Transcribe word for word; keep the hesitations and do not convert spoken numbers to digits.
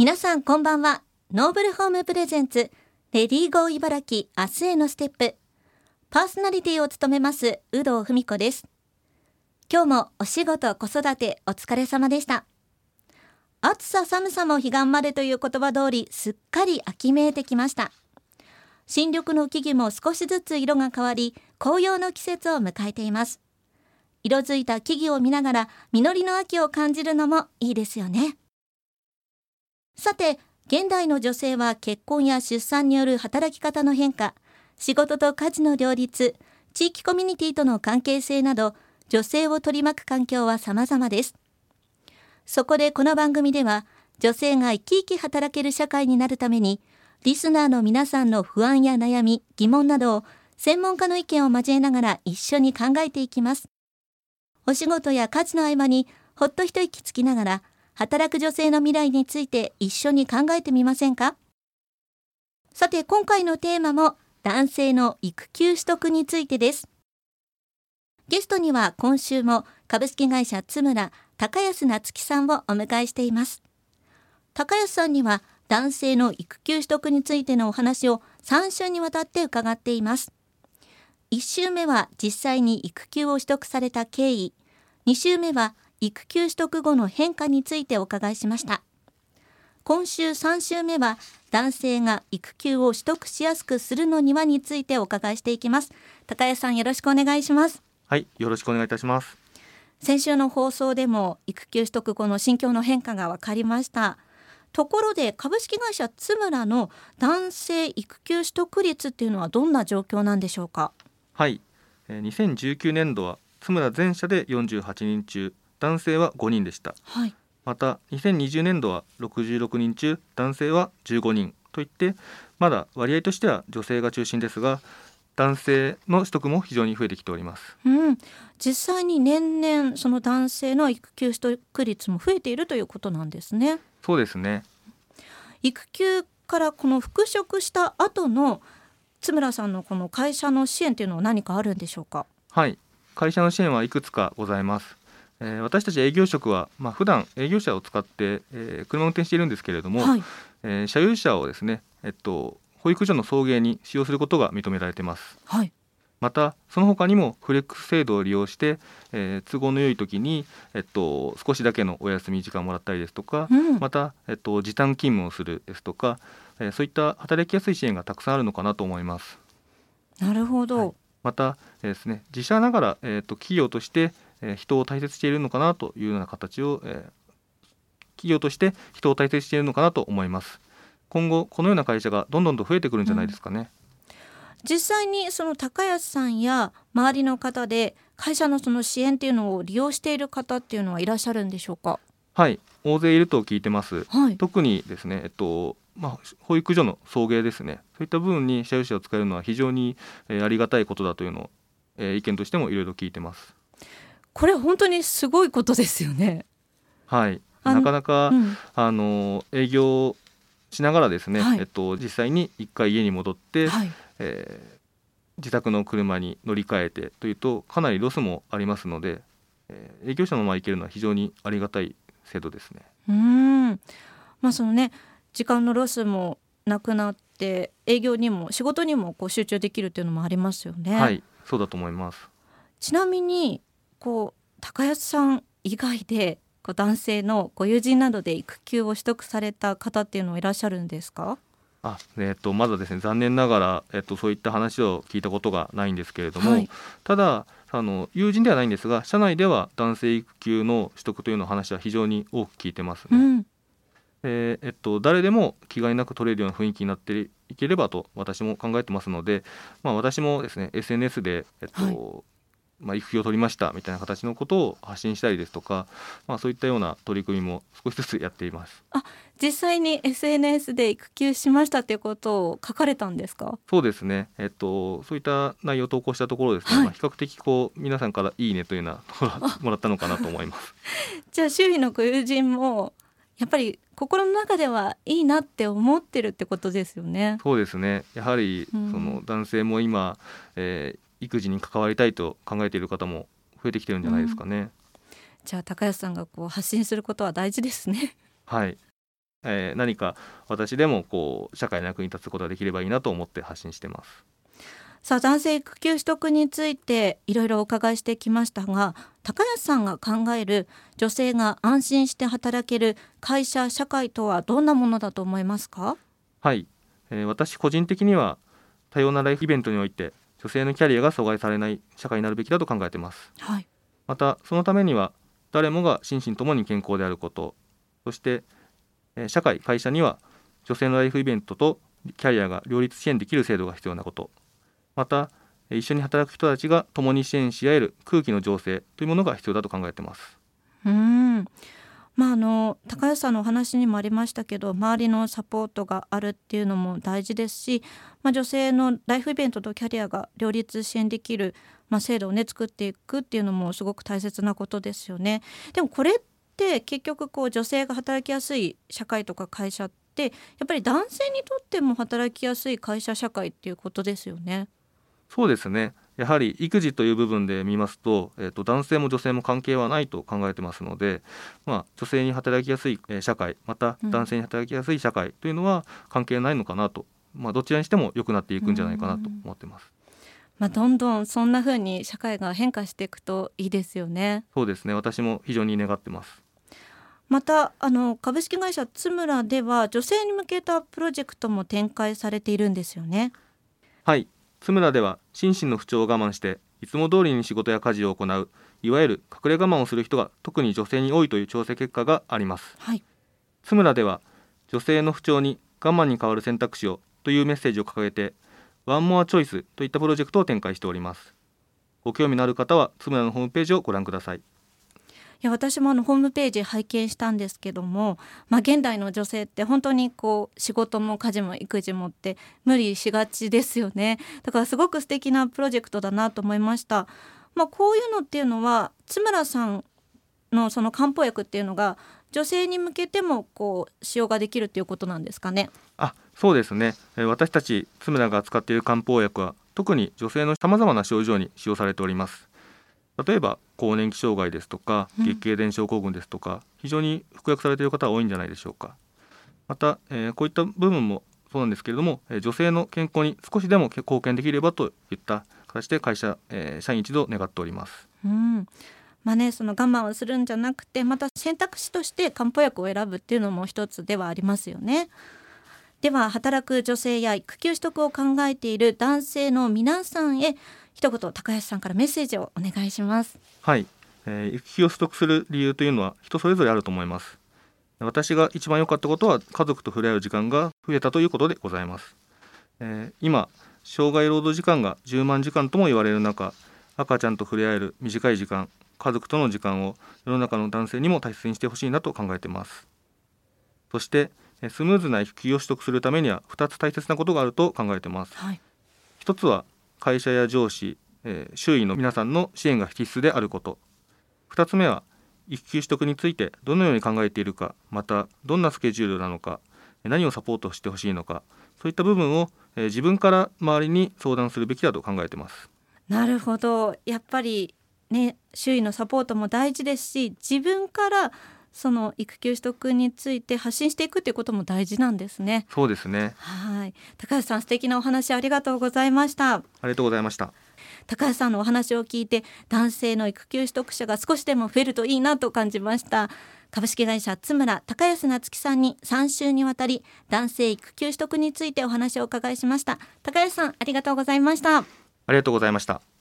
皆さんこんばんは。ノーブルホームプレゼンツレディーゴー茨城明日へのステップ、パーソナリティを務めます有働文子です。今日もお仕事子育てお疲れ様でした。暑さ寒さも彼岸までという言葉通り、すっかり秋めいてきました。新緑の木々も少しずつ色が変わり、紅葉の季節を迎えています。色づいた木々を見ながら実りの秋を感じるのもいいですよね。さて、現代の女性は結婚や出産による働き方の変化、仕事と家事の両立、地域コミュニティとの関係性など、女性を取り巻く環境は様々です。そこでこの番組では、女性が生き生き働ける社会になるために、リスナーの皆さんの不安や悩み、疑問などを専門家の意見を交えながら一緒に考えていきます。お仕事や家事の合間にほっと一息つきながら、働く女性の未来について一緒に考えてみませんか？さて、今回のテーマも男性の育休取得についてです。ゲストには今週も株式会社つむら高安夏樹さんをお迎えしています。高安さんには男性の育休取得についてのお話をさん週にわたって伺っています。いち週目は実際に育休を取得された経緯、に週目は育休取得後の変化についてお伺いしました。今週さん週目は男性が育休を取得しやすくするのにはについてお伺いしていきます。高安さん、よろしくお願いします。 はい、よろしくお願いいたします。 先週の放送でも育休取得後の心境の変化が分かりました。ところで株式会社つむらの男性育休取得率っていうのはどんな状況なんでしょうか？ はい、えー、にせんじゅうきゅうねん度はつむら全社でよんじゅうはちにん中男性はごにんでした。 はい、 またにせんにじゅうねん度はろくじゅうろくにん中男性はじゅうごにんといって、まだ割合としては女性が中心ですが、男性の取得も非常に増えてきております。 うん、実際に年々その男性の育休取得率も増えているということなんですね。 そうですね。 育休からこの復職した後のつむらさんのこの会社の支援というのは何かあるんでしょうか？ はい、会社の支援はいくつかございます。えー、私たち営業職は、まあ、普段営業車を使って、えー、車を運転しているんですけれども、 はい、 えー、車有車をですね、えっと、保育所の送迎に使用することが認められています。 はい、 またその他にもフレックス制度を利用して、えー、都合の良い時に、えっと、少しだけのお休み時間をもらったりですとか、 うん、 また、えっと、時短勤務をするですとか、えー、そういった働きやすい支援がたくさんあるのかなと思います。 なるほど。 はい、また、えーですね、自社ながら、えー、と企業として、えー人を大切にしているのかなというような形を、えー企業として人を大切にしているのかなと思います。今後このような会社がどんどんと増えてくるんじゃないですかね。 うん、実際にその高安さんや周りの方で会社のその支援っていうのを利用している方っていうのはいらっしゃるんでしょうか？ はい、大勢いると聞いてます。 はい、 特にですね、えっとまあ、保育所の送迎ですね、そういった部分に車有車を使えるのは非常に、えーありがたいことだというのを、えー意見としてもいろいろ聞いてます。 これ本当にすごいことですよね。 はい、 あのなかなか、 うん、 あの営業しながらですね、 はい、 えっと、実際にいっかい家に戻って、 はい、 えー自宅の車に乗り換えてというとかなりロスもありますので、えー営業者のまま行けるのは非常にありがたい制度ですね。 うーん、まあそのね、時間のロスもなくなって営業にも仕事にもこう集中できるっていうのもありますよね。 はい、そうだと思います。 ちなみにこう高安さん以外でこう男性のご友人などで育休を取得された方っていうのはいらっしゃるんですか？ あ、えー、とまだですね、残念ながら、えー、とそういった話を聞いたことがないんですけれども、 はい、 ただあの友人ではないんですが、社内では男性育休の取得というの話は非常に多く聞いてますね。 うん、 えーえっと、誰でも気概なく取れるような雰囲気になっていければと私も考えてますので、まあ、私もですね エスエヌエス で、えっとはい、 まあ、育休を取りましたみたいな形のことを発信したりですとか、まあ、そういったような取り組みも少しずつやっています。 あ、実際に エスエヌエス で育休しましたっていうことを書かれたんですか？ そうですね、えっと、そういった内容を投稿したところですね、 はい、 まあ、比較的こう皆さんからいいねというようなところあ、 もらったのかなと思います。 じゃあ周囲のご友人もやっぱり心の中ではいいなって思ってるってことですよね。 そうですね、やはりうん、 その男性も今、えー育児に関わりたいと考えている方も増えてきてるんじゃないですかね。 じゃあ高安さんがこう発信することは大事ですね。 はい、 えー何か私でもこう社会の役に立つことができればいいなと思って発信してます。 さあ、男性育休取得についていろいろお伺いしてきましたが、高安さんが考える女性が安心して働ける会社社会とはどんなものだと思いますか？ はい、えー私個人的には多様なライフイベントにおいて女性のキャリアが阻害されない社会になるべきだと考えています。 はい。 またそのためには誰もが心身ともに健康であること、そしてえー社会会社には女性のライフイベントとキャリアが両立支援できる制度が必要なこと、またえー一緒に働く人たちが共に支援し合える空気の醸成というものが必要だと考えています。 うーんまあ、あの高安さんのお話にもありましたけど、周りのサポートがあるっていうのも大事ですし、まあ、女性のライフイベントとキャリアが両立支援できる、まあ、制度をね作っていくっていうのもすごく大切なことですよね。でもこれって結局こう女性が働きやすい社会とか会社ってやっぱり男性にとっても働きやすい会社社会っていうことですよね。 そうですね、やはり育児という部分で見ますと、えーと男性も女性も関係はないと考えてますので、まあ、女性に働きやすい、えー社会、またうん男性に働きやすい社会というのは関係ないのかなと、まあ、どちらにしても良くなっていくんじゃないかなと思ってます。 まあ、どんどんそんな風に社会が変化していくといいですよね。 そうですね、私も非常に願ってます。 またあの株式会社つむらでは女性に向けたプロジェクトも展開されているんですよね。 はい、津村では心身の不調を我慢していつも通りに仕事や家事を行う、いわゆる隠れ我慢をする人が特に女性に多いという調査結果があります。 はい。 津村では女性の不調に我慢に代わる選択肢をというメッセージを掲げてワンモアチョイスといったプロジェクトを展開しております。ご興味のある方は津村のホームページをご覧ください。 いや私もあのホームページ拝見したんですけども、まあ、現代の女性って本当にこう仕事も家事も育児もって無理しがちですよね。だからすごく素敵なプロジェクトだなと思いました。まあ、こういうのっていうのは津村さんのその漢方薬っていうのが女性に向けてもこう使用ができるっていうことなんですかね。 あ、そうですね、えー私たち津村が扱っている漢方薬は特に女性のさまざまな症状に使用されております。例えば更年期障害ですとかうん月経伝症候群ですとか、非常に服薬されている方は多いんじゃないでしょうか。また、えーこういった部分もそうなんですけれども、えー女性の健康に少しでも貢献できればといった形で会社、えー社員一同願っております。 うんまあね、その我慢をするんじゃなくてまた選択肢として漢方薬を選ぶっていうのも一つではありますよね。では働く女性や育休取得を考えている男性の皆さんへ一言高安さんからメッセージをお願いします。 はい、えー育休を取得する理由というのは人それぞれあると思います。私が一番良かったことは家族と触れ合う時間が増えたということでございます。えー今障害労働時間がじゅうまんじかんとも言われる中、赤ちゃんと触れ合える短い時間、家族との時間を世の中の男性にも大切にしてほしいなと考えています。そしてえースムーズな育休を取得するためにはふたつ大切なことがあると考えています。 はい。 ひとつは会社や上司、えー周囲の皆さんの支援が必須であること。ふたつめは育休取得についてどのように考えているか、またどんなスケジュールなのか、何をサポートしてほしいのか、そういった部分を、えー自分から周りに相談するべきだと考えています。 なるほど。やっぱりね、周囲のサポートも大事ですし、自分からその育休取得について発信していくっていうことも大事なんですね。 そうですね、 はい。高橋さん素敵なお話ありがとうございました。 ありがとうございました。 高橋さんのお話を聞いて男性の育休取得者が少しでも増えるといいなと感じました。株式会社つむら高安夏樹さんにさん週にわたり男性育休取得についてお話をお伺いしました。高安さんありがとうございました。 ありがとうございました。